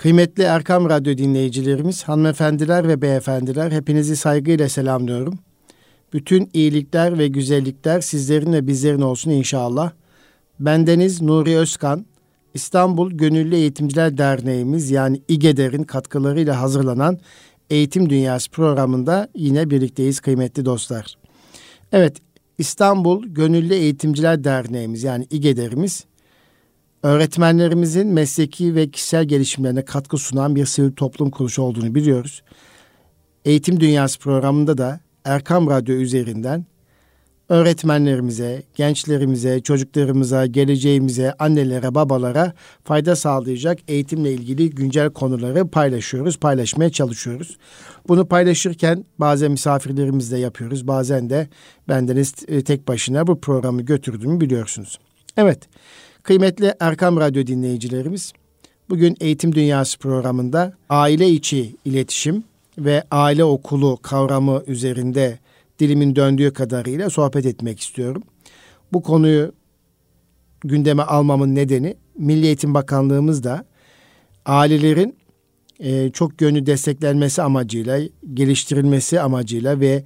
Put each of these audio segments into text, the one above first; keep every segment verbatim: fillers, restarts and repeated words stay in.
Kıymetli Erkam Radyo dinleyicilerimiz, hanımefendiler ve beyefendiler, hepinizi saygıyla selamlıyorum. Bütün iyilikler ve güzellikler sizlerin ve bizlerin olsun inşallah. Bendeniz Nuri Özkan, İstanbul Gönüllü Eğitimciler Derneğimiz yani İGEDER'in katkılarıyla hazırlanan Eğitim Dünyası programında yine birlikteyiz kıymetli dostlar. Evet, İstanbul Gönüllü Eğitimciler Derneğimiz yani İGEDER'imiz, öğretmenlerimizin mesleki ve kişisel gelişimlerine katkı sunan bir sivil toplum kuruluşu olduğunu biliyoruz. Eğitim Dünyası programında da Erkam Radyo üzerinden öğretmenlerimize, gençlerimize, çocuklarımıza, geleceğimize, annelere, babalara fayda sağlayacak eğitimle ilgili güncel konuları paylaşıyoruz, paylaşmaya çalışıyoruz. Bunu paylaşırken bazen misafirlerimizle yapıyoruz, bazen de bendeniz tek başına bu programı götürdüğümü biliyorsunuz. Evet, kıymetli Erkam Radyo dinleyicilerimiz, bugün Eğitim Dünyası programında aile içi iletişim ve aile okulu kavramı üzerinde dilimin döndüğü kadarıyla sohbet etmek istiyorum. Bu konuyu gündeme almamın nedeni Milli Eğitim Bakanlığımız da ailelerin e, çok yönlü desteklenmesi amacıyla, geliştirilmesi amacıyla ve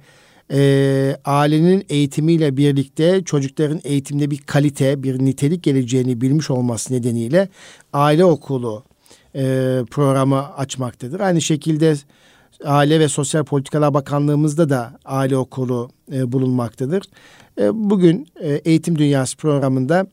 e, ailenin eğitimiyle birlikte çocukların eğitimde bir kalite, bir nitelik geleceğini bilmiş olması nedeniyle aile okulu e, programı açmaktadır. Aynı şekilde Aile ve Sosyal Politikalar Bakanlığımızda da aile okulu e, bulunmaktadır. E, bugün e, Eğitim Dünyası programında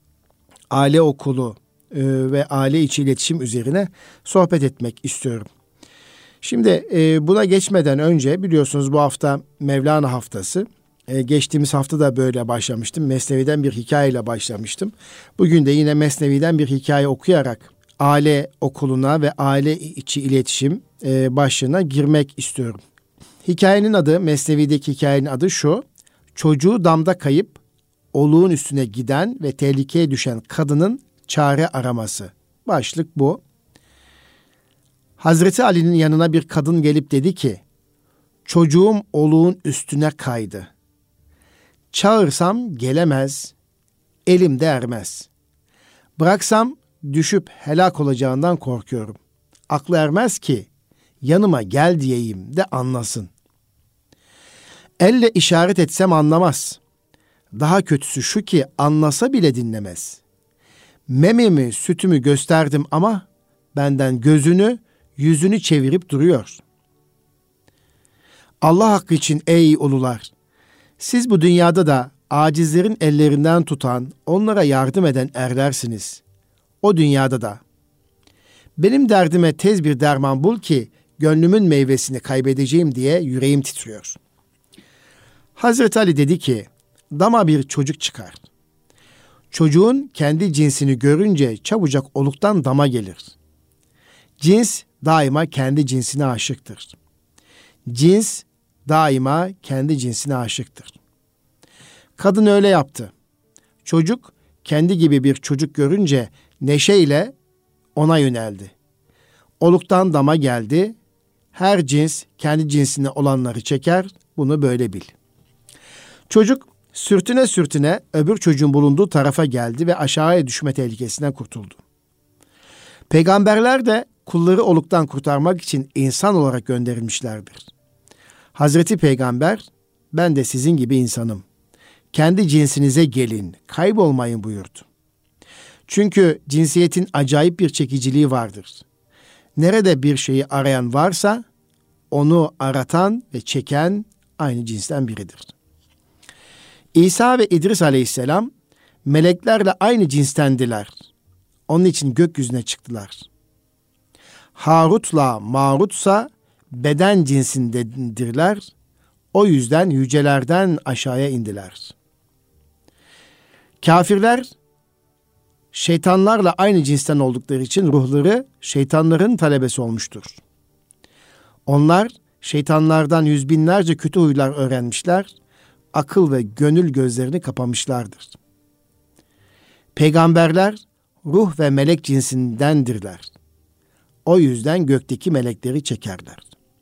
aile okulu e, ve aile içi iletişim üzerine sohbet etmek istiyorum. Şimdi e, buna geçmeden önce biliyorsunuz bu hafta Mevlana Haftası. E, geçtiğimiz hafta da böyle başlamıştım. Mesnevi'den bir hikayeyle başlamıştım. Bugün de yine Mesnevi'den bir hikaye okuyarak aile okuluna ve aile içi iletişim e, başlığına girmek istiyorum. Hikayenin adı, Mesnevi'deki hikayenin adı şu: çocuğu damda kayıp oluğun üstüne giden ve tehlikeye düşen kadının çare araması. Başlık bu. Hazreti Ali'nin yanına bir kadın gelip dedi ki, çocuğum oluğun üstüne kaydı. Çağırsam gelemez, elimde ermez. Bıraksam düşüp helak olacağından korkuyorum. Aklı ermez ki yanıma gel diyeyim de anlasın. Elle işaret etsem anlamaz. Daha kötüsü şu ki anlasa bile dinlemez. Mememi, sütümü gösterdim ama benden gözünü, yüzünü çevirip duruyor. Allah hakkı için ey ulular, siz bu dünyada da acizlerin ellerinden tutan, onlara yardım eden erlersiniz. O dünyada da. Benim derdime tez bir derman bul ki gönlümün meyvesini kaybedeceğim diye yüreğim titriyor. Hazreti Ali dedi ki, dama bir çocuk çıkar. Çocuğun kendi cinsini görünce çabucak oluktan dama gelir. Cins daima kendi cinsine aşıktır. Cins daima kendi cinsine aşıktır. Kadın öyle yaptı. Çocuk kendi gibi bir çocuk görünce neşeyle ona yöneldi. Oluktan dama geldi. Her cins kendi cinsine olanları çeker. Bunu böyle bil. Çocuk sürtüne sürtüne öbür çocuğun bulunduğu tarafa geldi ve aşağıya düşme tehlikesinden kurtuldu. Peygamberler de kulları oluktan kurtarmak için insan olarak gönderilmişlerdir. Hazreti Peygamber, ben de sizin gibi insanım. Kendi cinsinize gelin, kaybolmayın buyurdu. Çünkü cinsiyetin acayip bir çekiciliği vardır. Nerede bir şeyi arayan varsa, onu aratan ve çeken aynı cinsten biridir. İsa ve İdris aleyhisselam, meleklerle aynı cinstendiler. Onun için gökyüzüne çıktılar. Harut'la Marut'sa beden cinsindedirler. O yüzden yücelerden aşağıya indiler. Kafirler, şeytanlarla aynı cinsten oldukları için ruhları şeytanların talebesi olmuştur. Onlar şeytanlardan yüz binlerce kötü huylar öğrenmişler, akıl ve gönül gözlerini kapamışlardır. Peygamberler ruh ve melek cinsindendirler. O yüzden gökteki melekleri çekerler.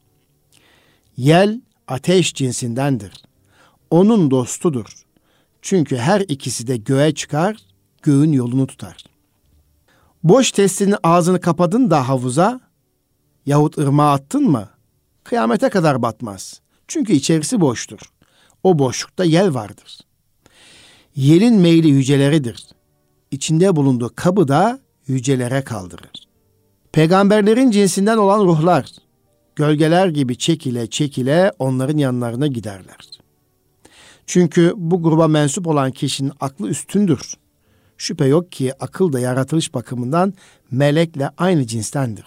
Yel ateş cinsindendir. Onun dostudur. Çünkü her ikisi de göğe çıkar, göğün yolunu tutar. Boş testinin ağzını kapadın da havuza yahut ırmağa attın mı kıyamete kadar batmaz. Çünkü içerisi boştur. O boşlukta yel vardır. Yelin meyli yüceleridir. İçinde bulunduğu kabı da yücelere kaldırır. Peygamberlerin cinsinden olan ruhlar, gölgeler gibi çekile çekile onların yanlarına giderler. Çünkü bu gruba mensup olan kişinin aklı üstündür. Şüphe yok ki akıl da yaratılış bakımından melekle aynı cinstendir.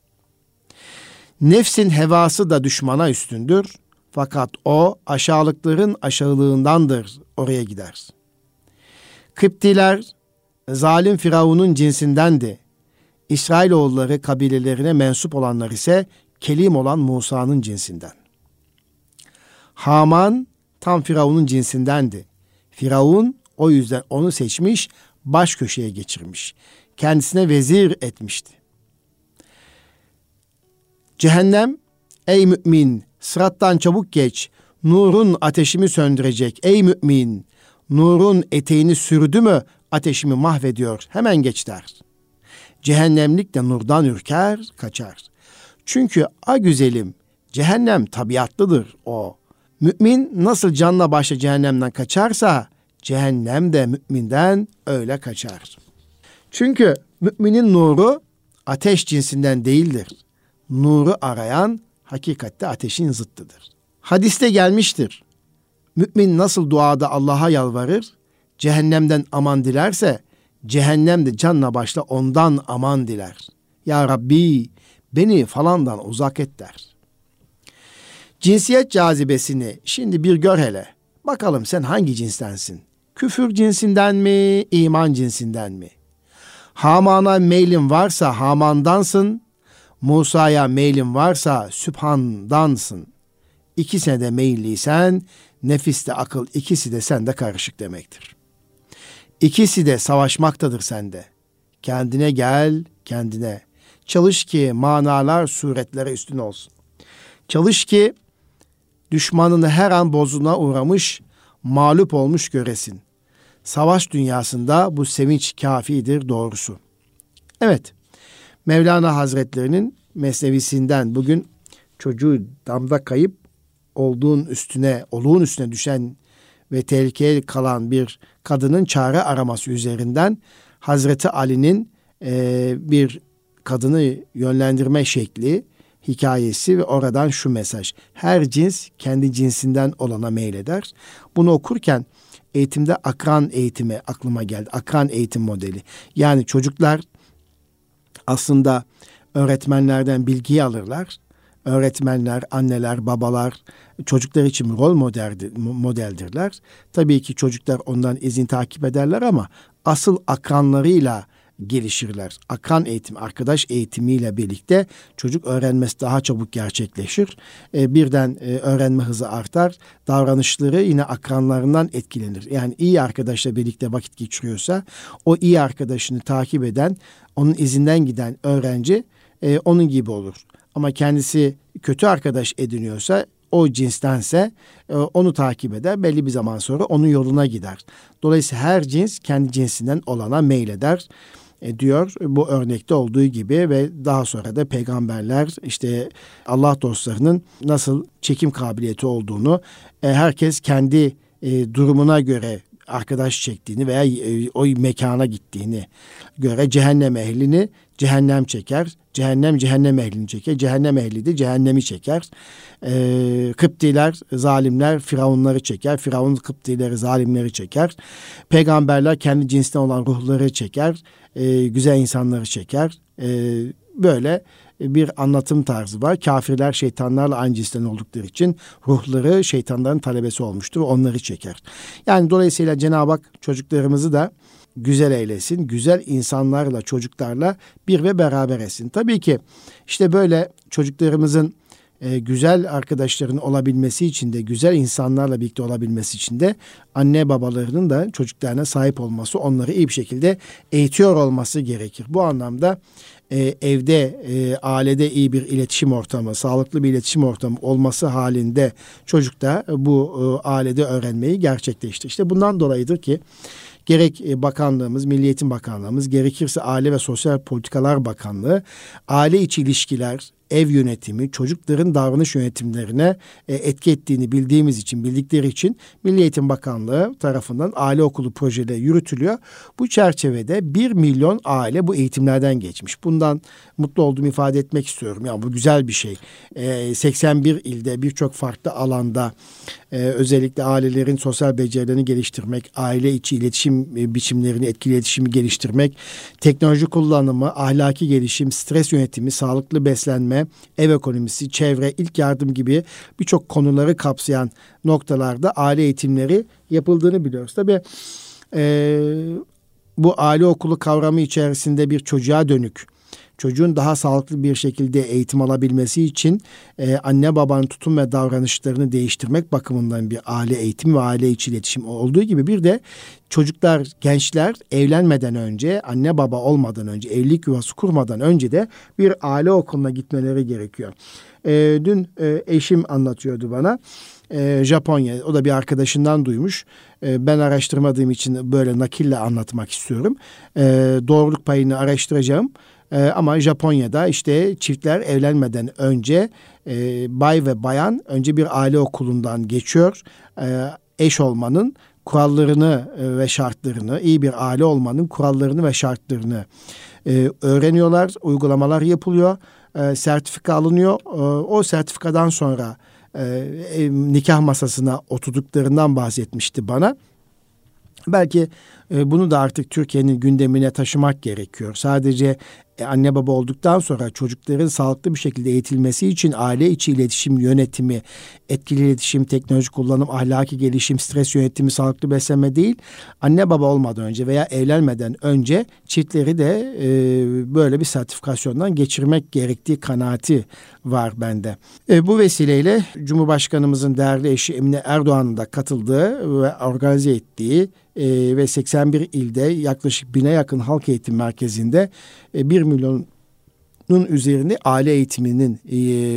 Nefsin hevası da düşmana üstündür. Fakat o aşağılıkların aşağılığındandır, oraya gider. Kıptiler, zalim Firavun'un cinsindendi. İsrailoğulları kabilelerine mensup olanlar ise kelim olan Musa'nın cinsinden. Haman tam Firavun'un cinsindendi. Firavun o yüzden onu seçmiş, baş köşeye geçirmiş. Kendisine vezir etmişti. Cehennem, ey mümin, sırattan çabuk geç, nurun ateşimi söndürecek. Ey mümin, nurun eteğini sürdü mü ateşimi mahvediyor, hemen geç der. Cehennemlik de nurdan ürker, kaçar. Çünkü a güzelim, cehennem tabiatlıdır o. Mümin nasıl canla başla cehennemden kaçarsa, cehennem de müminden öyle kaçar. Çünkü müminin nuru ateş cinsinden değildir. Nuru arayan hakikatte ateşin zıttıdır. Hadiste gelmiştir. Mümin nasıl duada Allah'a yalvarır, cehennemden aman dilerse, cehennem de canla başla ondan aman diler. Ya Rabbi, beni falandan uzak et der. Cinsiyet cazibesini şimdi bir gör hele. Bakalım sen hangi cinstensin? Küfür cinsinden mi, iman cinsinden mi? Haman'a meylin varsa Haman'dansın, Musa'ya meylin varsa Sübhan'dansın. İkisine de meyilliysen, nefiste akıl ikisi de sende karışık demektir. İkisi de savaşmaktadır sende. Kendine gel, kendine. Çalış ki manalar suretlere üstün olsun. Çalış ki düşmanını her an bozuna uğramış, mağlup olmuş göresin. Savaş dünyasında bu sevinç kafidir doğrusu. Evet, Mevlana Hazretlerinin mesnevisinden bugün çocuğu damda kayıp olduğun üstüne, oluğun üstüne düşen ve tehlikeye kalan bir kadının çare araması üzerinden Hazreti Ali'nin e, bir kadını yönlendirme şekli, hikayesi ve oradan şu mesaj. Her cins kendi cinsinden olana meyleder. Bunu okurken eğitimde akran eğitimi aklıma geldi. Akran eğitim modeli. Yani çocuklar aslında öğretmenlerden bilgiyi alırlar. Öğretmenler, anneler, babalar çocuklar için rol modeldir, modeldirler. Tabii ki çocuklar ondan izin takip ederler ama asıl akranlarıyla gelişirler. Akran eğitimi, arkadaş eğitimiyle birlikte çocuk öğrenmesi daha çabuk gerçekleşir. E, birden e, öğrenme hızı artar. Davranışları yine akranlarından etkilenir. Yani iyi arkadaşla birlikte vakit geçiriyorsa o iyi arkadaşını takip eden, onun izinden giden öğrenci e, onun gibi olur. Ama kendisi kötü arkadaş ediniyorsa, o cinstense e, onu takip eder. Belli bir zaman sonra onun yoluna gider. Dolayısıyla her cins kendi cinsinden olana meyleder e, diyor bu örnekte olduğu gibi ve daha sonra da peygamberler işte Allah dostlarının nasıl çekim kabiliyeti olduğunu e, herkes kendi e, durumuna göre arkadaş çektiğini veya e, o mekana gittiğini göre cehennem ehlini cehennem çeker. Cehennem cehennem ehlini çeker. Cehennem ehli de cehennemi çeker. Ee, Kıptiler, zalimler Firavunları çeker. Firavun Kıptileri, zalimleri çeker. Peygamberler kendi cinsinden olan ruhları çeker. Ee, güzel insanları çeker. Ee, böyle bir anlatım tarzı var. Kafirler şeytanlarla aynı cinsten oldukları için ruhları şeytanların talebesi olmuştur. Onları çeker. Yani dolayısıyla Cenab-ı Hak çocuklarımızı da güzel eylesin. Güzel insanlarla, çocuklarla bir ve beraber etsin. Tabii ki işte böyle çocuklarımızın e, güzel arkadaşların olabilmesi için de, güzel insanlarla birlikte olabilmesi için de anne babalarının da çocuklarına sahip olması, onları iyi bir şekilde eğitiyor olması gerekir. Bu anlamda e, evde, e, ailede iyi bir iletişim ortamı, sağlıklı bir iletişim ortamı olması halinde çocuk da bu e, ailede öğrenmeyi gerçekleştirir. İşte bundan dolayıdır ki Gerek e, bakanlığımız, Milli Eğitim Bakanlığımız, gerekirse Aile ve Sosyal Politikalar Bakanlığı, aile içi ilişkiler, ev yönetimi, çocukların davranış yönetimlerine e, etki ettiğini bildiğimiz için, bildikleri için Milli Eğitim Bakanlığı tarafından aile okulu projeleri yürütülüyor. Bu çerçevede bir milyon aile bu eğitimlerden geçmiş. Bundan mutlu olduğumu ifade etmek istiyorum. Yani bu güzel bir şey. E, seksen bir ilde birçok farklı alanda e, özellikle ailelerin sosyal becerilerini geliştirmek, aile içi iletişim e, biçimlerini, etkili iletişimi geliştirmek, teknoloji kullanımı, ahlaki gelişim, stres yönetimi, sağlıklı beslenme, ev ekonomisi, çevre, ilk yardım gibi birçok konuları kapsayan noktalarda aile eğitimleri yapıldığını biliyoruz. Tabii e, bu aile okulu kavramı içerisinde bir çocuğa dönük, çocuğun daha sağlıklı bir şekilde eğitim alabilmesi için e, anne babanın tutum ve davranışlarını değiştirmek bakımından bir aile eğitimi ve aile içi iletişim olduğu gibi bir de çocuklar, gençler evlenmeden önce, anne baba olmadan önce, evlilik yuvası kurmadan önce de bir aile okuluna gitmeleri gerekiyor. E, dün e, eşim anlatıyordu bana. E, Japonya, o da bir arkadaşından duymuş. E, ben araştırmadığım için böyle nakille anlatmak istiyorum. E, doğruluk payını araştıracağım. Ee, ama Japonya'da işte çiftler evlenmeden önce e, bay ve bayan önce bir aile okulundan geçiyor. E, eş olmanın kurallarını e, ve şartlarını, iyi bir aile olmanın kurallarını ve şartlarını e, öğreniyorlar, uygulamalar yapılıyor, e, sertifika alınıyor. E, o sertifikadan sonra e, e, nikah masasına oturduklarından bahsetmişti bana. Belki e, bunu da artık Türkiye'nin gündemine taşımak gerekiyor. Sadece e, anne baba olduktan sonra çocukların sağlıklı bir şekilde eğitilmesi için aile içi iletişim yönetimi, etkili iletişim, teknoloji kullanım, ahlaki gelişim, stres yönetimi, sağlıklı beslenme değil, anne baba olmadan önce veya evlenmeden önce çiftleri de e, böyle bir sertifikasyondan geçirmek gerektiği kanaati var bende. E, bu vesileyle Cumhurbaşkanımızın değerli eşi Emine Erdoğan'ın da katıldığı ve organize ettiği e, ve seksen bir ilde yaklaşık bine yakın halk eğitim merkezinde e, bir milyonun üzerinde aile eğitiminin e,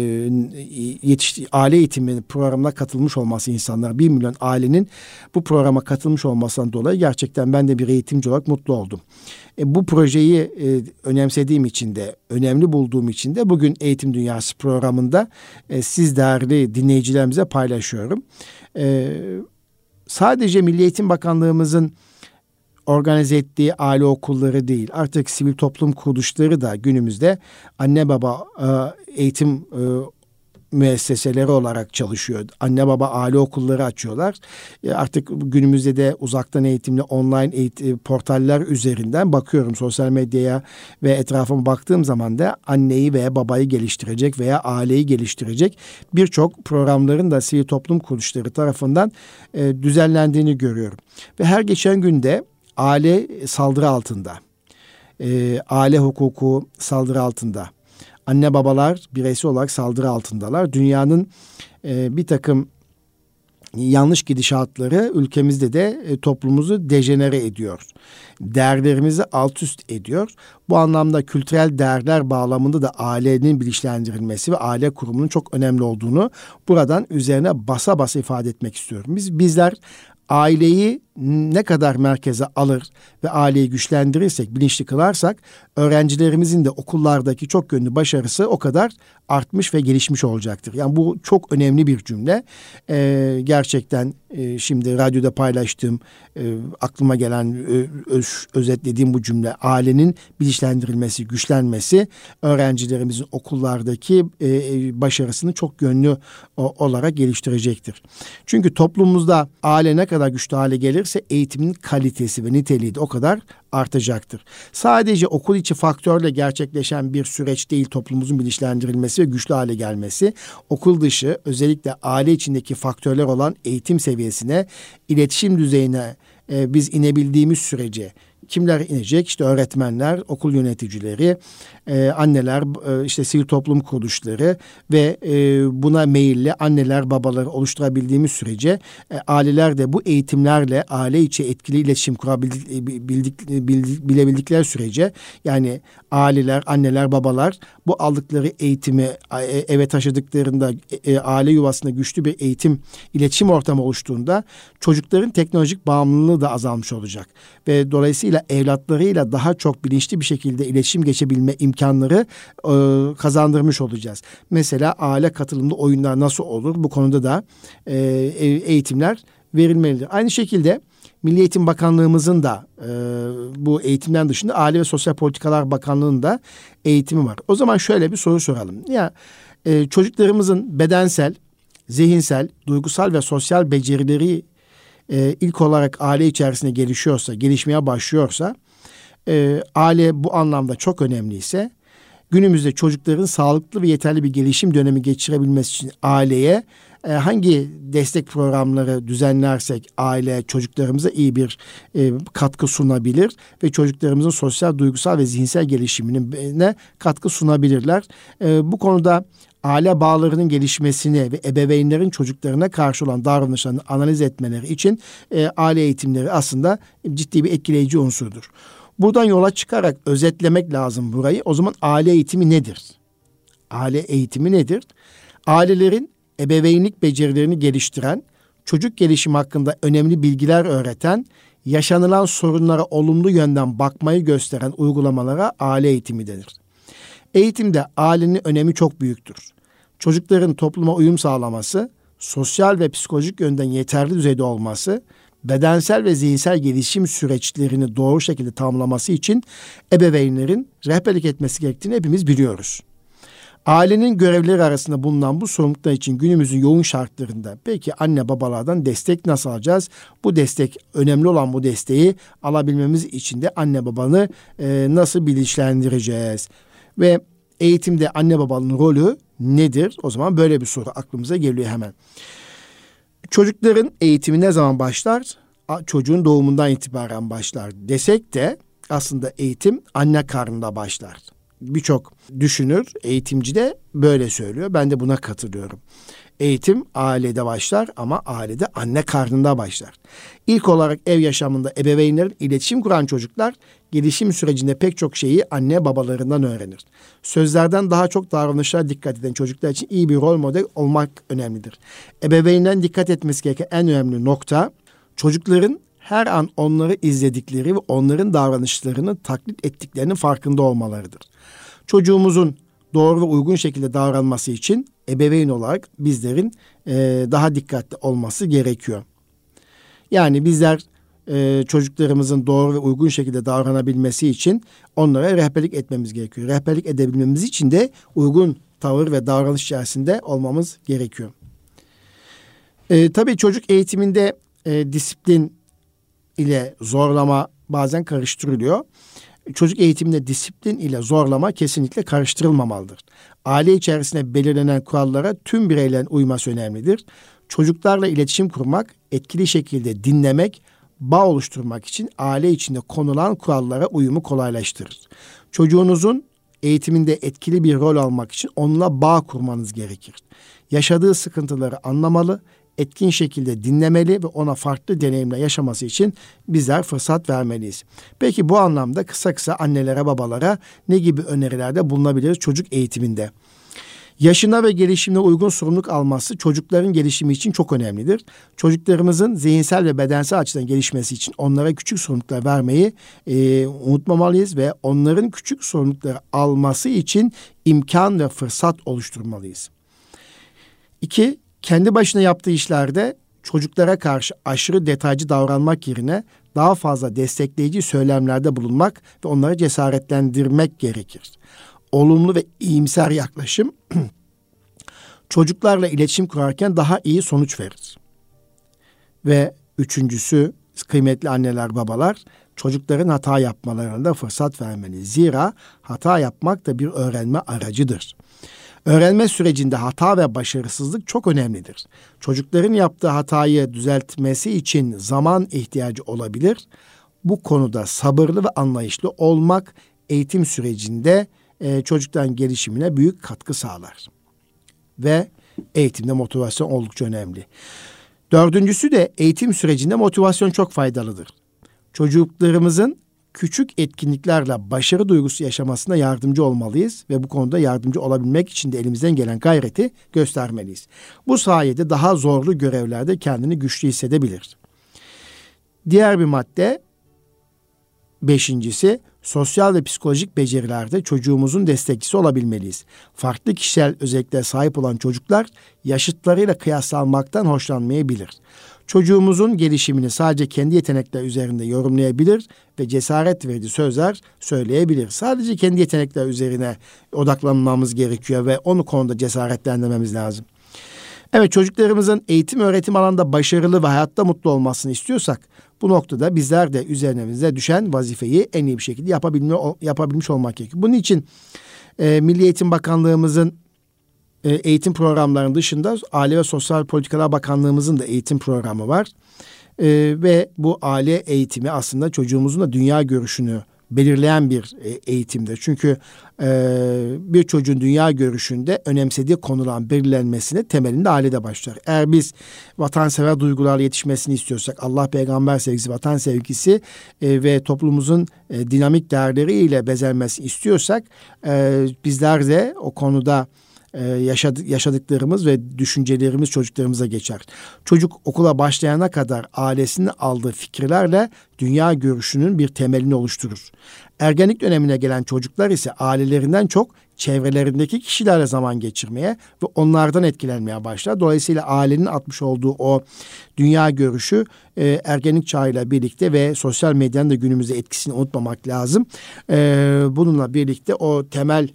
yetişti aile eğitiminin programına katılmış olması insanlar, bir milyon ailenin bu programa katılmış olmasından dolayı gerçekten ben de bir eğitimci olarak mutlu oldum. E, bu projeyi e, önemsediğim için de, önemli bulduğum için de bugün Eğitim Dünyası programında e, siz değerli dinleyicilerimize paylaşıyorum. E, sadece Milli Eğitim Bakanlığımızın organize ettiği aile okulları değil, artık sivil toplum kuruluşları da günümüzde anne baba e, eğitim e, müesseseleri olarak çalışıyor. Anne baba aile okulları açıyorlar. E, artık günümüzde de uzaktan eğitimli online eğitim portaller üzerinden bakıyorum sosyal medyaya ve etrafıma baktığım zaman da anneyi veya babayı geliştirecek veya aileyi geliştirecek birçok programların da sivil toplum kuruluşları tarafından e, düzenlendiğini görüyorum. Ve her geçen günde aile saldırı altında, e, aile hukuku saldırı altında, anne babalar bireysel olarak saldırı altındalar. Dünyanın e, bir takım yanlış gidişatları ülkemizde de e, toplumumuzu dejenere ediyor. Değerlerimizi alt üst ediyor. Bu anlamda kültürel değerler bağlamında da ailenin bilinçlendirilmesi ve aile kurumunun çok önemli olduğunu buradan üzerine basa basa ifade etmek istiyorum. Biz bizler aileyi ne kadar merkeze alır ve aileyi güçlendirirsek, bilinçli kılarsak öğrencilerimizin de okullardaki çok yönlü başarısı o kadar artmış ve gelişmiş olacaktır. Yani bu çok önemli bir cümle. Ee, gerçekten e, şimdi radyoda paylaştığım, e, aklıma gelen, e, öz, özetlediğim bu cümle ailenin bilinçlendirilmesi, güçlenmesi öğrencilerimizin okullardaki e, başarısını çok yönlü o, olarak geliştirecektir. Çünkü toplumumuzda aile ne kadar güçlü hale gelir, eğitimin kalitesi ve niteliği de o kadar artacaktır. Sadece okul içi faktörle gerçekleşen bir süreç değil toplumumuzun bilinçlendirilmesi ve güçlü hale gelmesi. Okul dışı özellikle aile içindeki faktörler olan eğitim seviyesine, iletişim düzeyine e, biz inebildiğimiz sürece kimler inecek? İşte öğretmenler, okul yöneticileri, e, anneler, e, işte sivil toplum kuruluşları ve e, buna meyilli anneler, babaları oluşturabildiğimiz sürece e, aileler de bu eğitimlerle aile içi etkili iletişim kurabildik, bildik, bilebildikleri sürece, yani aileler, anneler, babalar bu aldıkları eğitimi e, eve taşıdıklarında, e, aile yuvasında güçlü bir eğitim, iletişim ortamı oluştuğunda çocukların teknolojik bağımlılığı da azalmış olacak. Ve dolayısıyla evlatlarıyla daha çok bilinçli bir şekilde iletişim geçebilme imkanları e, kazandırmış olacağız. Mesela aile katılımlı oyunlar nasıl olur? Bu konuda da e, eğitimler verilmelidir. Aynı şekilde Milli Eğitim Bakanlığımızın da e, bu eğitimden dışında Aile ve Sosyal Politikalar Bakanlığı'nın da eğitimi var. O zaman şöyle bir soru soralım. Ya e, çocuklarımızın bedensel, zihinsel, duygusal ve sosyal becerileri e, ilk olarak aile içerisinde gelişiyorsa, gelişmeye başlıyorsa, e, aile bu anlamda çok önemliyse, günümüzde çocukların sağlıklı ve yeterli bir gelişim dönemi geçirebilmesi için aileye e, hangi destek programları düzenlersek aile çocuklarımıza iyi bir e, katkı sunabilir ve çocuklarımızın sosyal, duygusal ve zihinsel gelişimine katkı sunabilirler. E, bu konuda aile bağlarının gelişmesini ve ebeveynlerin çocuklarına karşı olan davranışlarını analiz etmeleri için e, aile eğitimleri aslında ciddi bir etkileyici unsurdur. Buradan yola çıkarak özetlemek lazım burayı. O zaman aile eğitimi nedir? Aile eğitimi nedir? Ailelerin ebeveynlik becerilerini geliştiren, çocuk gelişimi hakkında önemli bilgiler öğreten, yaşanılan sorunlara olumlu yönden bakmayı gösteren uygulamalara aile eğitimi denir. Eğitimde ailenin önemi çok büyüktür. Çocukların topluma uyum sağlaması, sosyal ve psikolojik yönden yeterli düzeyde olması, bedensel ve zihinsel gelişim süreçlerini doğru şekilde tamamlaması için ebeveynlerin rehberlik etmesi gerektiğini hepimiz biliyoruz. Ailenin görevleri arasında bulunan bu sorumluluklar için günümüzün yoğun şartlarında peki anne babalardan destek nasıl alacağız? Bu destek, önemli olan bu desteği alabilmemiz için de anne babanı e, nasıl bilinçlendireceğiz? Ve eğitimde anne babanın rolü nedir? O zaman böyle bir soru aklımıza geliyor hemen. Çocukların eğitimi ne zaman başlar? Çocuğun doğumundan itibaren başlar desek de aslında eğitim anne karnında başlar. Birçok düşünür, eğitimci de böyle söylüyor. Ben de buna katılıyorum. Eğitim ailede başlar ama ailede anne karnında başlar. İlk olarak ev yaşamında ebeveynlerin iletişim kuran çocuklar gelişim sürecinde pek çok şeyi anne babalarından öğrenir. Sözlerden daha çok davranışlara dikkat eden çocuklar için iyi bir rol model olmak önemlidir. Ebeveynlerin dikkat etmesi gereken en önemli nokta, çocukların her an onları izledikleri ve onların davranışlarını taklit ettiklerinin farkında olmalarıdır. Çocuğumuzun doğru ve uygun şekilde davranması için ebeveyn olarak bizlerin e, daha dikkatli olması gerekiyor. Yani bizler e, çocuklarımızın doğru ve uygun şekilde davranabilmesi için onlara rehberlik etmemiz gerekiyor. Rehberlik edebilmemiz için de uygun tavır ve davranış içerisinde olmamız gerekiyor. E, tabii çocuk eğitiminde e, disiplin ile zorlama bazen karıştırılıyor. Çocuk eğitiminde disiplin ile zorlama kesinlikle karıştırılmamalıdır. Aile içerisinde belirlenen kurallara tüm bireylerin uyması önemlidir. Çocuklarla iletişim kurmak, etkili şekilde dinlemek, bağ oluşturmak için aile içinde konulan kurallara uyumu kolaylaştırır. Çocuğunuzun eğitiminde etkili bir rol almak için onunla bağ kurmanız gerekir. Yaşadığı sıkıntıları anlamalı, etkin şekilde dinlemeli ve ona farklı deneyimler yaşaması için bizler fırsat vermeliyiz. Peki bu anlamda kısa kısa annelere, babalara ne gibi önerilerde bulunabiliriz çocuk eğitiminde? Yaşına ve gelişimine uygun sorumluluk alması çocukların gelişimi için çok önemlidir. Çocuklarımızın zihinsel ve bedensel açıdan gelişmesi için onlara küçük sorumluluklar vermeyi e, unutmamalıyız ve onların küçük sorumlulukları alması için imkan ve fırsat oluşturmalıyız. İki, kendi başına yaptığı işlerde çocuklara karşı aşırı detaycı davranmak yerine daha fazla destekleyici söylemlerde bulunmak ve onları cesaretlendirmek gerekir. Olumlu ve iyimser yaklaşım çocuklarla iletişim kurarken daha iyi sonuç verir. Ve üçüncüsü, kıymetli anneler, babalar, çocukların hata yapmalarına da fırsat vermeli. Zira hata yapmak da bir öğrenme aracıdır. Öğrenme sürecinde hata ve başarısızlık çok önemlidir. Çocukların yaptığı hatayı düzeltmesi için zaman ihtiyacı olabilir. Bu konuda sabırlı ve anlayışlı olmak eğitim sürecinde e, çocukların gelişimine büyük katkı sağlar. Ve eğitimde motivasyon oldukça önemli. Dördüncüsü de eğitim sürecinde motivasyon çok faydalıdır. Çocuklarımızın küçük etkinliklerle başarı duygusu yaşamasına yardımcı olmalıyız ve bu konuda yardımcı olabilmek için de elimizden gelen gayreti göstermeliyiz. Bu sayede daha zorlu görevlerde kendini güçlü hissedebilir. Diğer bir madde, beşincisi, sosyal ve psikolojik becerilerde çocuğumuzun destekçisi olabilmeliyiz. Farklı kişisel özelliklere sahip olan çocuklar yaşıtlarıyla kıyaslanmaktan hoşlanmayabilir. Çocuğumuzun gelişimini sadece kendi yetenekler üzerinde yorumlayabilir ve cesaret verici sözler söyleyebilir. Sadece kendi yetenekler üzerine odaklanmamız gerekiyor ve onu konuda cesaretlendirmemiz lazım. Evet, çocuklarımızın eğitim öğretim alanında başarılı ve hayatta mutlu olmasını istiyorsak bu noktada bizler de üzerimize düşen vazifeyi en iyi bir şekilde yapabilme, yapabilmiş olmak gerekiyor. Bunun için e, Milli Eğitim Bakanlığımızın e, eğitim programlarının dışında Aile ve Sosyal Politikalar Bakanlığımızın da eğitim programı var. E, ve bu aile eğitimi aslında çocuğumuzun da dünya görüşünü belirleyen bir eğitimdir. Çünkü e, bir çocuğun dünya görüşünde önemsediği konuların belirlenmesine temelinde ailede başlar. Eğer biz vatansever duygularla yetişmesini istiyorsak, Allah peygamber sevgisi, vatan sevgisi e, ve toplumumuzun e, dinamik değerleriyle bezenmesini istiyorsak e, bizler de o konuda Yaşadık, yaşadıklarımız ve düşüncelerimiz çocuklarımıza geçer. Çocuk okula başlayana kadar ailesinin aldığı fikirlerle dünya görüşünün bir temelini oluşturur. Ergenlik dönemine gelen çocuklar ise ailelerinden çok çevrelerindeki kişilerle zaman geçirmeye ve onlardan etkilenmeye başlar. Dolayısıyla ailenin atmış olduğu o dünya görüşü e, ergenlik çağıyla birlikte ve sosyal medyanın da günümüzde etkisini unutmamak lazım. E, bununla birlikte o temel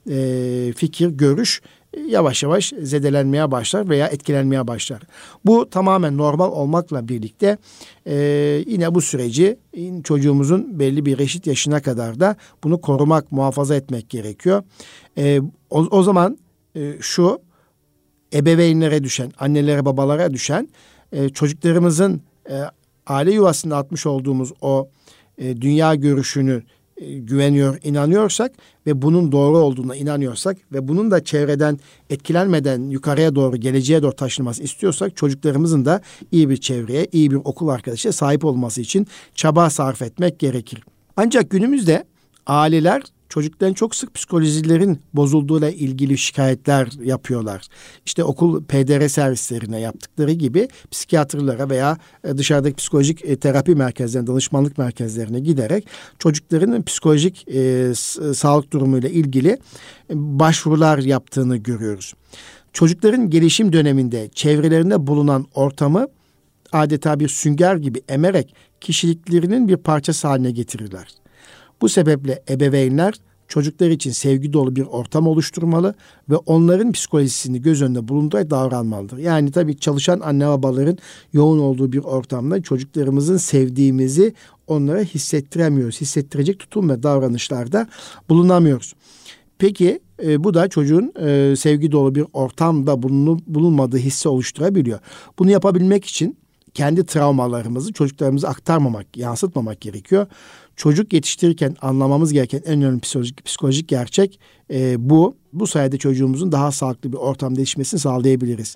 E, fikir, görüş yavaş yavaş zedelenmeye başlar veya etkilenmeye başlar. Bu tamamen normal olmakla birlikte e, yine bu süreci çocuğumuzun belli bir reşit yaşına kadar da bunu korumak, muhafaza etmek gerekiyor. E, o, o zaman e, şu ebeveynlere düşen, annelere, babalara düşen e, çocuklarımızın e, aile yuvasında atmış olduğumuz o e, dünya görüşünü güveniyor, inanıyorsak ve bunun doğru olduğuna inanıyorsak ve bunun da çevreden etkilenmeden yukarıya doğru, geleceğe doğru taşınması istiyorsak çocuklarımızın da iyi bir çevreye, iyi bir okul arkadaşa sahip olması için çaba sarf etmek gerekir. Ancak günümüzde aileler çocukların çok sık psikolojilerin bozulduğuyla ilgili şikayetler yapıyorlar. İşte okul P D R servislerine yaptıkları gibi psikiyatrlara veya dışarıdaki psikolojik terapi merkezlerine, danışmanlık merkezlerine giderek çocukların psikolojik e, sağlık durumuyla ilgili başvurular yaptığını görüyoruz. Çocukların gelişim döneminde çevrelerinde bulunan ortamı adeta bir sünger gibi emerek kişiliklerinin bir parçası haline getirirler. Bu sebeple ebeveynler çocuklar için sevgi dolu bir ortam oluşturmalı ve onların psikolojisini göz önünde bulundurarak davranmalıdır. Yani tabii çalışan anne babaların yoğun olduğu bir ortamda çocuklarımızın sevdiğimizi onlara hissettiremiyoruz. Hissettirecek tutum ve davranışlarda bulunamıyoruz. Peki e, bu da çocuğun e, sevgi dolu bir ortamda bulunup bulunmadığı hissi oluşturabiliyor. Bunu yapabilmek için kendi travmalarımızı çocuklarımıza aktarmamak, yansıtmamak gerekiyor. Çocuk yetiştirirken anlamamız gereken en önemli psikolojik, psikolojik gerçek e, bu. Bu sayede çocuğumuzun daha sağlıklı bir ortamda yetişmesini sağlayabiliriz.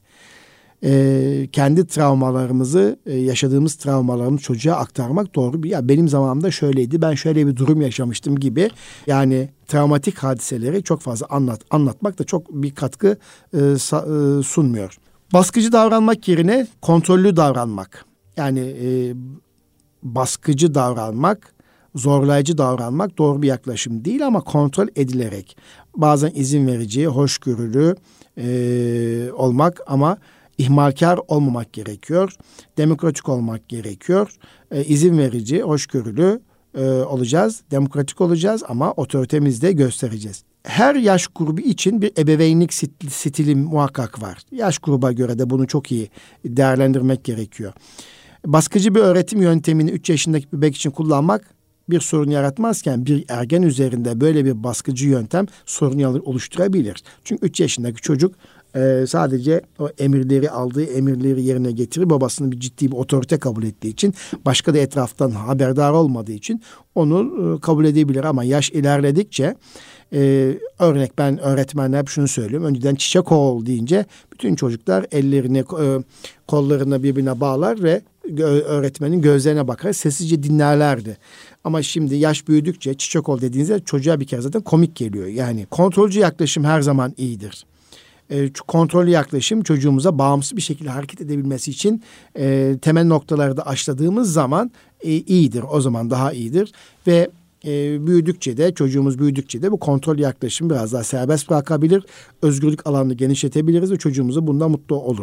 E, kendi travmalarımızı, e, yaşadığımız travmalarımızı çocuğa aktarmak doğru bir. Ya benim zamanımda şöyleydi, ben şöyle bir durum yaşamıştım gibi. Yani travmatik hadiseleri çok fazla anlat, anlatmak da çok bir katkı e, sa, e, sunmuyor. Baskıcı davranmak yerine kontrollü davranmak. Yani e, baskıcı davranmak, zorlayıcı davranmak doğru bir yaklaşım değil ama kontrol edilerek. Bazen izin verici, hoşgörülü e, olmak ama ihmalkar olmamak gerekiyor. Demokratik olmak gerekiyor. E, izin verici, hoşgörülü e, olacağız. Demokratik olacağız ama otoritemizi de göstereceğiz. Her yaş grubu için bir ebeveynlik stili muhakkak var. Yaş gruba göre de bunu çok iyi değerlendirmek gerekiyor. Baskıcı bir öğretim yöntemini üç yaşındaki bebek için kullanmak bir sorun yaratmazken bir ergen üzerinde böyle bir baskıcı yöntem sorun oluşturabilir. Çünkü üç yaşındaki çocuk Ee, sadece o emirleri aldığı emirleri yerine getirir. Babasını bir ciddi bir otorite kabul ettiği için, başka da etraftan haberdar olmadığı için onu e, kabul edebilir. Ama yaş ilerledikçe e, örnek ben öğretmenler hep şunu söylüyorum. Önceden çiçek oğul deyince bütün çocuklar ellerini e, kollarına birbirine bağlar ve gö- öğretmenin gözlerine bakar, sessizce dinlerlerdi. Ama şimdi yaş büyüdükçe çiçek oğul dediğinizde çocuğa bir kere zaten komik geliyor. Yani kontrolcü yaklaşım her zaman iyidir. E, kontrollü yaklaşım çocuğumuza bağımsız bir şekilde hareket edebilmesi için e, temel noktaları da aşıladığımız zaman e, iyidir. O zaman daha iyidir ve e, büyüdükçe de çocuğumuz büyüdükçe de bu kontrol yaklaşım biraz daha serbest bırakabilir. Özgürlük alanını genişletebiliriz ve çocuğumuz bundan mutlu olur.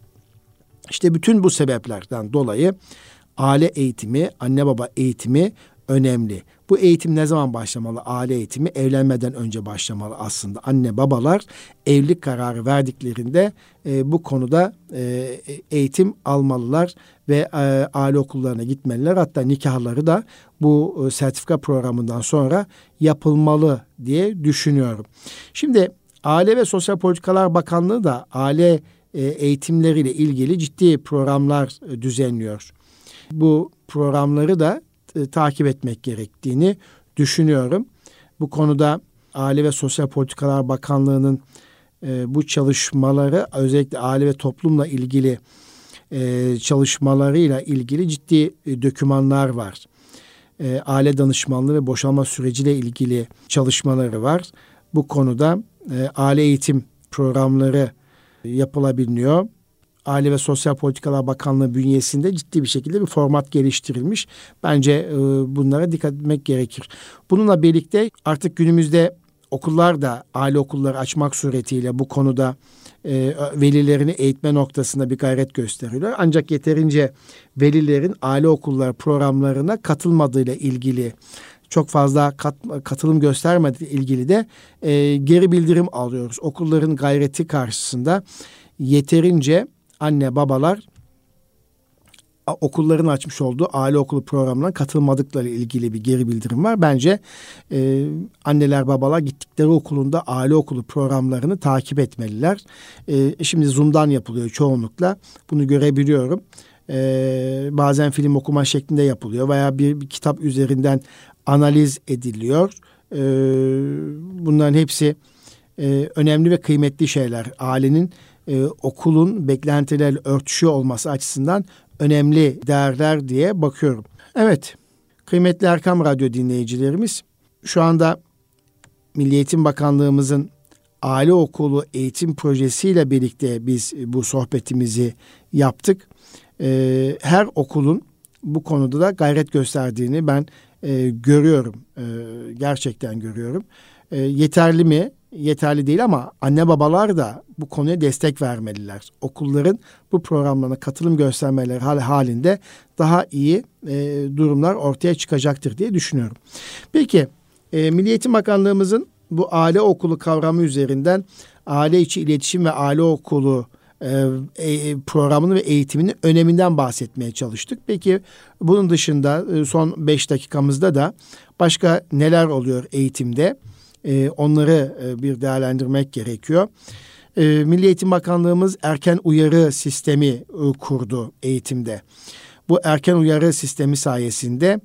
İşte bütün bu sebeplerden dolayı aile eğitimi, anne baba eğitimi önemli. Bu eğitim ne zaman başlamalı? Aile eğitimi evlenmeden önce başlamalı aslında. Anne babalar evlilik kararı verdiklerinde e, bu konuda e, eğitim almalılar ve e, aile okullarına gitmeliler. Hatta nikahları da bu e, sertifika programından sonra yapılmalı diye düşünüyorum. Şimdi Aile ve Sosyal Politikalar Bakanlığı da aile e, eğitimleriyle ilgili ciddi programlar e, düzenliyor. Bu programları da e, takip etmek gerektiğini düşünüyorum. Bu konuda Aile ve Sosyal Politikalar Bakanlığı'nın e, bu çalışmaları, özellikle aile ve toplumla ilgili e, çalışmalarıyla ilgili ciddi e, dokümanlar var. E, aile danışmanlığı ve boşanma süreciyle ilgili çalışmaları var. Bu konuda e, aile eğitim programları yapılabiliyor. Aile ve Sosyal Politikalar Bakanlığı bünyesinde ciddi bir şekilde bir format geliştirilmiş. Bence e, bunlara dikkat etmek gerekir. Bununla birlikte artık günümüzde okullar da aile okulları açmak suretiyle bu konuda e, velilerini eğitme noktasında bir gayret gösteriyorlar. Ancak yeterince velilerin aile okulları programlarına katılmadığıyla ilgili, çok fazla kat, katılım göstermediği ilgili de e, geri bildirim alıyoruz. Okulların gayreti karşısında yeterince anne babalar okulların açmış olduğu aile okulu programına katılmadıkları ilgili bir geri bildirim var. Bence e, anneler babalar gittikleri okulunda aile okulu programlarını takip etmeliler. E, şimdi Zoom'dan yapılıyor çoğunlukla. Bunu görebiliyorum. E, bazen film okuma şeklinde yapılıyor veya bir, bir kitap üzerinden analiz ediliyor. E, bunların hepsi e, önemli ve kıymetli şeyler. Ailenin Ee, okulun beklentilerle örtüşüyor olması açısından önemli değerler diye bakıyorum. Evet, kıymetli Erkam Radyo dinleyicilerimiz, şu anda Milli Eğitim Bakanlığımızın aile okulu eğitim projesiyle birlikte biz bu sohbetimizi yaptık. Ee, her okulun bu konuda da gayret gösterdiğini ben e, görüyorum. E, gerçekten görüyorum. E, yeterli mi? Yeterli değil ama anne babalar da bu konuya destek vermeliler. Okulların bu programlarına katılım göstermeleri halinde daha iyi e, durumlar ortaya çıkacaktır diye düşünüyorum. Peki e, Milli Eğitim Bakanlığımızın bu aile okulu kavramı üzerinden aile içi iletişim ve aile okulu e, e, programını ve eğitiminin öneminden bahsetmeye çalıştık. Peki bunun dışında e, son beş dakikamızda da başka neler oluyor eğitimde? Ee, onları e, bir değerlendirmek gerekiyor. Ee, Milli Eğitim Bakanlığımız erken uyarı sistemi e, kurdu eğitimde. Bu erken uyarı sistemi sayesinde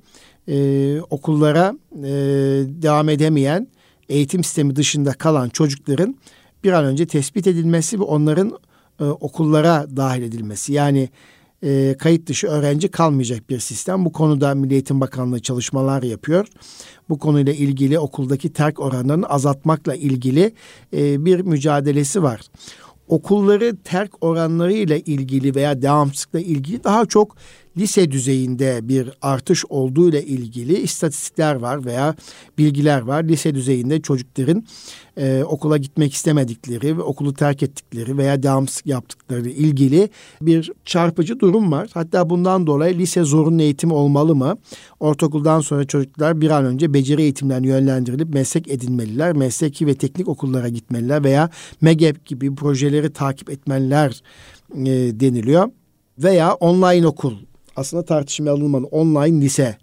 e, okullara e, devam edemeyen, eğitim sistemi dışında kalan çocukların bir an önce tespit edilmesi ve onların e, okullara dahil edilmesi. Yani e, kayıt dışı öğrenci kalmayacak bir sistem. Bu konuda Milli Eğitim Bakanlığı çalışmalar yapıyor. Bu konuyla ilgili okuldaki terk oranlarını azaltmakla ilgili e, bir mücadelesi var. Okulları terk oranları ile ilgili veya devamsızlıkla ilgili daha çok lise düzeyinde bir artış olduğu ile ilgili istatistikler var veya bilgiler var. Lise düzeyinde çocukların e, okula gitmek istemedikleri ve okulu terk ettikleri veya devamsızlık yaptıkları ilgili bir çarpıcı durum var. Hatta bundan dolayı lise zorunlu eğitim olmalı mı? Ortaokuldan sonra çocuklar bir an önce beceri eğitimlerine yönlendirilip meslek edinmeliler. Mesleki ve teknik okullara gitmeliler veya MEGEP gibi projeleri takip etmeliler e, deniliyor. Veya online okul. Aslında tartışmaya alınmalı. Online lise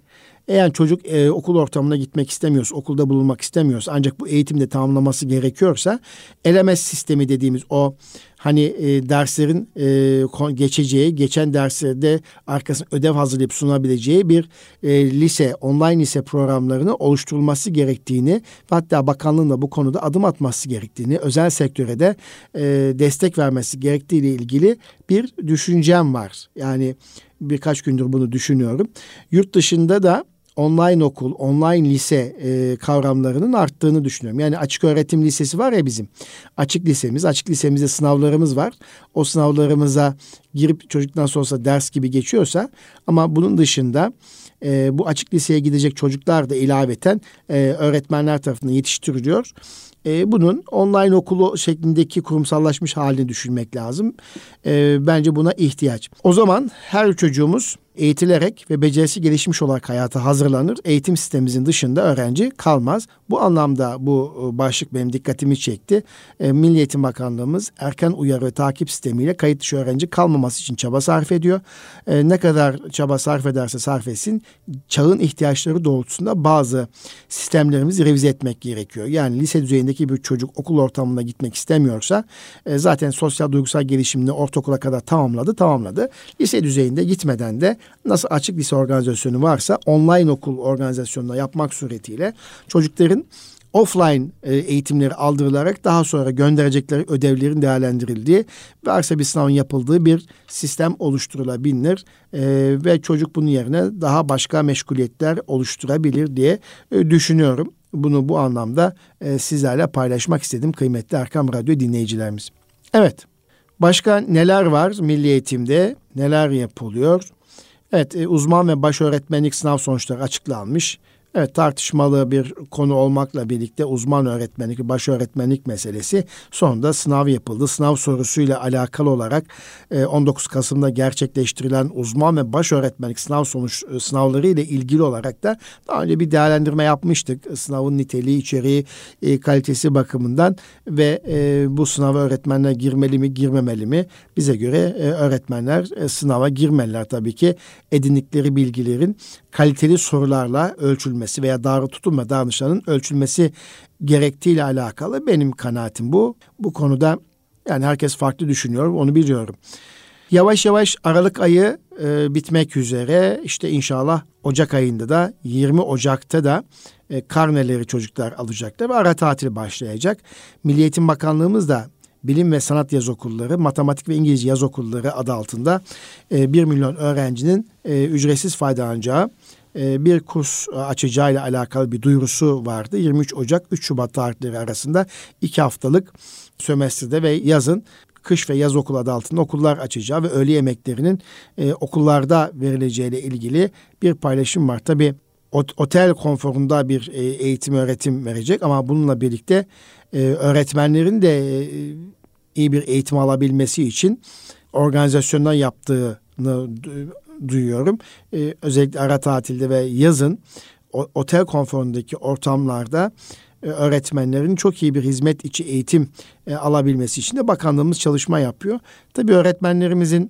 Eğer çocuk e, okul ortamına gitmek istemiyorsa, okulda bulunmak istemiyorsa ancak bu eğitimde tamamlaması gerekiyorsa L M S sistemi dediğimiz o hani e, derslerin e, geçeceği, geçen derslerde arkasına ödev hazırlayıp sunabileceği bir e, lise, online lise programlarını oluşturulması gerektiğini, hatta bakanlığın da bu konuda adım atması gerektiğini, özel sektöre de e, destek vermesi gerektiği ile ilgili bir düşüncem var. Yani birkaç gündür bunu düşünüyorum. Yurt dışında da online okul, online lise e, kavramlarının arttığını düşünüyorum. Yani açık öğretim lisesi var ya bizim. Açık lisemiz, açık lisemizde sınavlarımız var. O sınavlarımıza girip çocuk nasıl olsa ders gibi geçiyorsa ama bunun dışında e, bu açık liseye gidecek çocuklar da ilaveten e, öğretmenler tarafından yetiştiriliyor. E, bunun online okulu şeklindeki kurumsallaşmış halini düşünmek lazım. E, bence buna ihtiyaç. O zaman her çocuğumuz eğitilerek ve becerisi gelişmiş olarak hayata hazırlanır. Eğitim sistemimizin dışında öğrenci kalmaz. Bu anlamda bu başlık benim dikkatimi çekti. E, Milli Eğitim Bakanlığımız erken uyarı ve takip sistemiyle kayıt dışı öğrenci kalmaması için çaba sarf ediyor. E, ne kadar çaba sarf ederse sarf etsin, çağın ihtiyaçları doğrultusunda bazı sistemlerimizi revize etmek gerekiyor. Yani lise düzeyindeki bir çocuk okul ortamına gitmek istemiyorsa e, zaten sosyal duygusal gelişimini ortaokula kadar tamamladı, tamamladı. Lise düzeyinde gitmeden de nasıl açık lise organizasyonu varsa online okul organizasyonuna yapmak suretiyle çocukların offline eğitimleri aldırılarak daha sonra gönderecekleri ödevlerin değerlendirildiği, varsa bir sınavın yapıldığı bir sistem oluşturulabilir ee, ve çocuk bunun yerine daha başka meşguliyetler oluşturabilir diye e, düşünüyorum. Bunu bu anlamda e, sizlerle paylaşmak istedim kıymetli Erkam Radyo dinleyicilerimiz. Evet, başka neler var milli eğitimde, neler yapılıyor? Evet, uzman ve baş öğretmenlik sınav sonuçları açıklanmış. Evet, tartışmalı bir konu olmakla birlikte uzman öğretmenlik, baş öğretmenlik meselesi sonunda sınav yapıldı. Sınav sorusuyla alakalı olarak on dokuz Kasım'da gerçekleştirilen uzman ve baş öğretmenlik sınav sonuç sınavları ile ilgili olarak da daha önce bir değerlendirme yapmıştık. Sınavın niteliği, içeriği, kalitesi bakımından ve bu sınava öğretmenler girmeli mi, girmemeli mi? Bize göre öğretmenler sınava girmeliler tabii ki. Edindikleri bilgilerin kaliteli sorularla ölçülmesi veya doğru tutum ve davranışların ölçülmesi gerektiğiyle alakalı benim kanaatim bu. Bu konuda yani herkes farklı düşünüyor, onu biliyorum. Yavaş yavaş Aralık ayı e, bitmek üzere, işte inşallah Ocak ayında da yirmi Ocak'ta da e, karneleri çocuklar alacaklar ve ara tatil başlayacak. Milli Eğitim Bakanlığımız da Bilim ve Sanat Yaz Okulları, Matematik ve İngilizce Yaz Okulları adı altında e, bir milyon öğrencinin e, ücretsiz faydalanacağı e, bir kurs açacağıyla alakalı bir duyurusu vardı. yirmi üç Ocak üç Şubat tarihleri arasında iki haftalık sömestrde ve yazın kış ve yaz okulu adı altında okullar açacağı ve öğle yemeklerinin e, okullarda verileceğiyle ilgili bir paylaşım var. Tabii otel konforunda bir e, eğitim öğretim verecek ama bununla birlikte e, öğretmenlerin de e, iyi bir eğitim alabilmesi için organizasyondan yaptığını duyuyorum. E, özellikle ara tatilde ve yazın o, otel konforundaki ortamlarda e, öğretmenlerin çok iyi bir hizmet içi eğitim e, alabilmesi için de bakanlığımız çalışma yapıyor. Tabii öğretmenlerimizin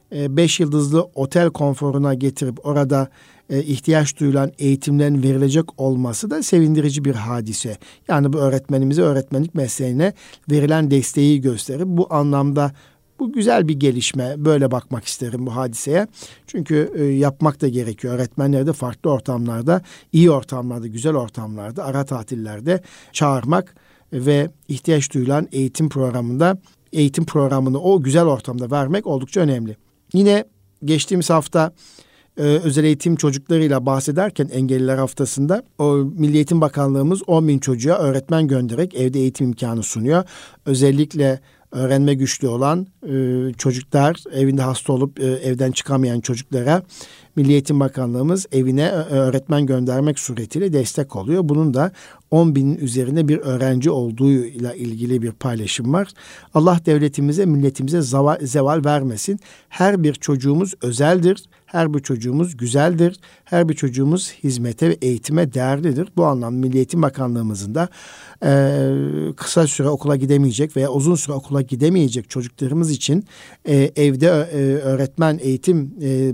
beş yıldızlı otel konforuna getirip orada e, ihtiyaç duyulan eğitimlerin verilecek olması da sevindirici bir hadise. Yani bu öğretmenimize, öğretmenlik mesleğine verilen desteği gösterir. Bu anlamda bu güzel bir gelişme. Böyle bakmak isterim bu hadiseye. Çünkü e, yapmak da gerekiyor. Öğretmenleri de farklı ortamlarda, iyi ortamlarda, güzel ortamlarda, ara tatillerde çağırmak ve ihtiyaç duyulan eğitim programında eğitim programını o güzel ortamda vermek oldukça önemli. Yine geçtiğimiz hafta e, özel eğitim çocuklarıyla bahsederken engelliler haftasında o Milli Eğitim Bakanlığımız on bin çocuğa öğretmen göndererek evde eğitim imkanı sunuyor. Özellikle öğrenme güçlü olan e, çocuklar, evinde hasta olup e, evden çıkamayan çocuklara Milli Eğitim Bakanlığımız evine öğretmen göndermek suretiyle destek oluyor. Bunun da on binin üzerinde bir öğrenci olduğuyla ilgili bir paylaşım var. Allah devletimize, milletimize zeval, zeval vermesin. Her bir çocuğumuz özeldir. Her bir çocuğumuz güzeldir. Her bir çocuğumuz hizmete ve eğitime değerlidir. Bu anlamda Milli Eğitim Bakanlığımızın da e, kısa süre okula gidemeyecek veya uzun süre okula gidemeyecek çocuklarımız için e, evde e, öğretmen eğitim e,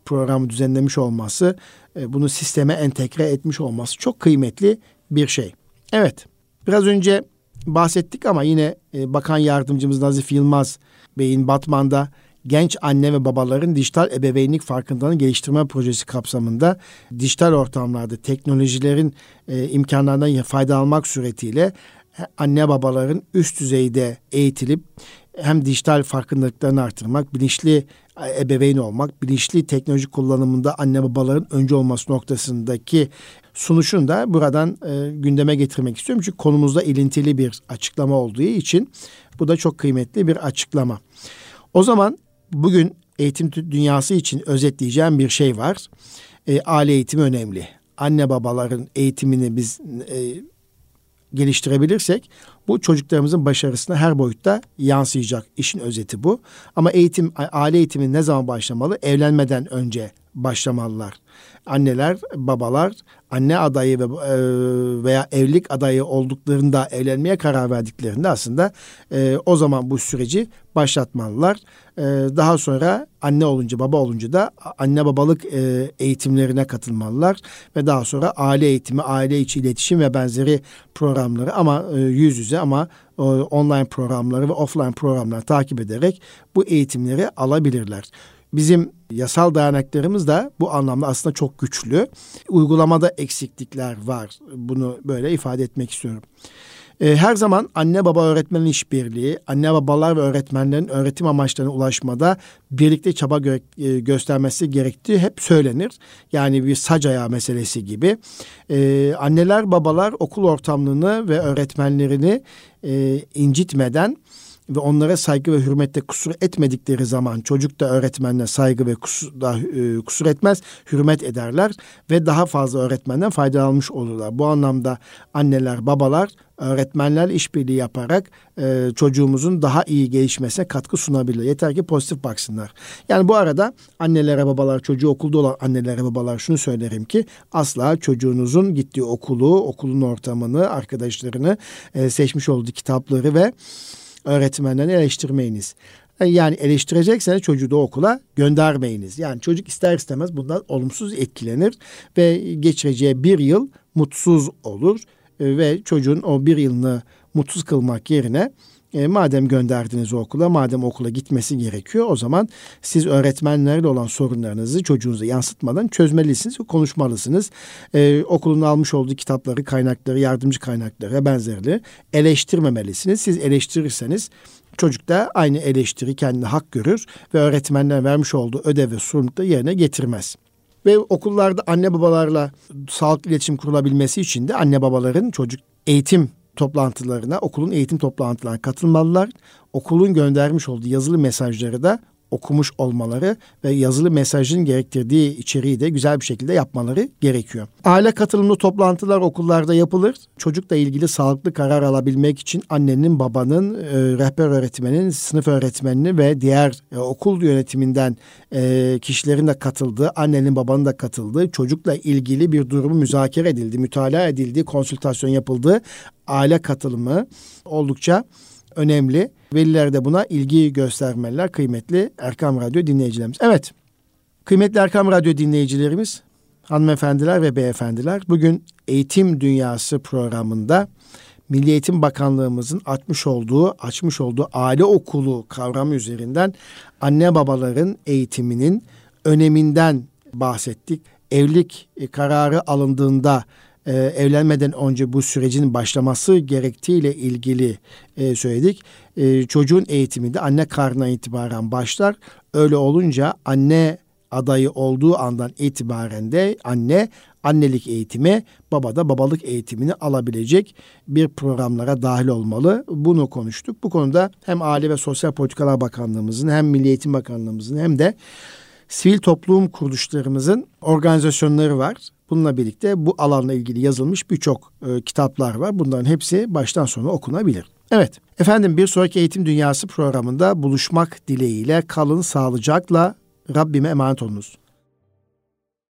programı düzenlemiş olması, e, bunu sisteme entegre etmiş olması çok kıymetli bir şey. Evet, biraz önce bahsettik ama yine e, Bakan Yardımcımız Nazif Yılmaz Bey'in Batman'da genç anne ve babaların dijital ebeveynlik farkındalığını geliştirme projesi kapsamında dijital ortamlarda teknolojilerin e, imkanlarından faydalanmak suretiyle anne babaların üst düzeyde eğitilip hem dijital farkındalıklarını artırmak, bilinçli ebeveyn olmak, bilinçli teknoloji kullanımında anne babaların önce olması noktasındaki sunuşunu da buradan e, gündeme getirmek istiyorum. Çünkü konumuzda ilintili bir açıklama olduğu için bu da çok kıymetli bir açıklama. O zaman bugün eğitim dünyası için özetleyeceğim bir şey var. E, aile eğitimi önemli. Anne babaların eğitimini biz e, geliştirebilirsek bu çocuklarımızın başarısına her boyutta yansıyacak. İşin özeti bu. Ama eğitim, aile eğitimi ne zaman başlamalı? Evlenmeden önce başlamalılar. Anneler, babalar, anne adayı ve veya evlilik adayı olduklarında, evlenmeye karar verdiklerinde aslında e, o zaman bu süreci başlatmalılar. E, daha sonra anne olunca, baba olunca da anne babalık e, eğitimlerine katılmalılar ve daha sonra aile eğitimi, aile içi iletişim ve benzeri programları ama e, yüz yüze ama e, online programları ve offline programları takip ederek bu eğitimleri alabilirler. Bizim yasal dayanaklarımız da bu anlamda aslında çok güçlü. Uygulamada eksiklikler var. Bunu böyle ifade etmek istiyorum. Her zaman anne baba öğretmenin işbirliği, anne babalar ve öğretmenlerin öğretim amaçlarına ulaşmada birlikte çaba gö- göstermesi gerektiği hep söylenir. Yani bir sac ayağı meselesi gibi. Ee, anneler babalar okul ortamını ve öğretmenlerini e, incitmeden ve onlara saygı ve hürmette kusur etmedikleri zaman çocuk da öğretmenine saygı ve kusur, da, e, kusur etmez, hürmet ederler ve daha fazla öğretmenden faydalanmış olurlar. Bu anlamda anneler, babalar, öğretmenler işbirliği yaparak e, çocuğumuzun daha iyi gelişmesine katkı sunabilir. Yeter ki pozitif baksınlar. Yani bu arada annelere, babalar, çocuğu okulda olan annelere, babalar şunu söylerim ki asla çocuğunuzun gittiği okulu, okulun ortamını, arkadaşlarını, e, seçmiş olduğu kitapları ve öğretmenlerini eleştirmeyiniz. Yani eleştirecekseniz çocuğu da okula göndermeyiniz. Yani çocuk ister istemez bundan olumsuz etkilenir ve geçireceği bir yıl mutsuz olur ve çocuğun o bir yılını mutsuz kılmak yerine E, madem gönderdiniz okula, madem okula gitmesi gerekiyor, o zaman siz öğretmenlerle olan sorunlarınızı çocuğunuza yansıtmadan çözmelisiniz ve konuşmalısınız. E, okulun almış olduğu kitapları, kaynakları, yardımcı kaynakları ve benzerleri eleştirmemelisiniz. Siz eleştirirseniz çocuk da aynı eleştiri kendine hak görür ve öğretmenler vermiş olduğu ödev ve sorumlulukları yerine getirmez. Ve okullarda anne babalarla sağlıklı iletişim kurulabilmesi için de anne babaların çocuk eğitim toplantılarına, okulun eğitim toplantılarına katılmalılar. Okulun göndermiş olduğu yazılı mesajları da okumuş olmaları ve yazılı mesajın gerektirdiği içeriği de güzel bir şekilde yapmaları gerekiyor. Aile katılımlı toplantılar okullarda yapılır. Çocukla ilgili sağlıklı karar alabilmek için annenin, babanın, e, rehber öğretmenin, sınıf öğretmeninin ve diğer e, okul yönetiminden e, kişilerin de katıldığı, annenin, babanın da katıldığı, çocukla ilgili bir durumu müzakere edildi, mütalaa edildi, konsültasyon yapıldı. Aile katılımı oldukça önemli. Veliler de buna ilgi göstermeliler kıymetli Erkam Radyo dinleyicilerimiz. Evet, kıymetli Erkam Radyo dinleyicilerimiz, hanımefendiler ve beyefendiler, bugün Eğitim Dünyası programında Milli Eğitim Bakanlığımızın açmış olduğu, açmış olduğu aile okulu kavramı üzerinden anne babaların eğitiminin öneminden bahsettik. Evlilik kararı alındığında Ee, evlenmeden önce bu sürecin başlaması gerektiğiyle ilgili e, söyledik. E, çocuğun eğitimi de anne karnına itibaren başlar. Öyle olunca anne adayı olduğu andan itibaren de anne annelik eğitimi, baba da babalık eğitimini alabilecek bir programlara dahil olmalı. Bunu konuştuk. Bu konuda hem Aile ve Sosyal Politikalar Bakanlığımızın hem Milli Eğitim Bakanlığımızın hem de sivil toplum kuruluşlarımızın organizasyonları var. Bununla birlikte bu alanla ilgili yazılmış birçok e, kitaplar var. Bunların hepsi baştan sona okunabilir. Evet, efendim bir sonraki Eğitim Dünyası programında buluşmak dileğiyle kalın sağlıcakla, Rabbime emanet olunuz.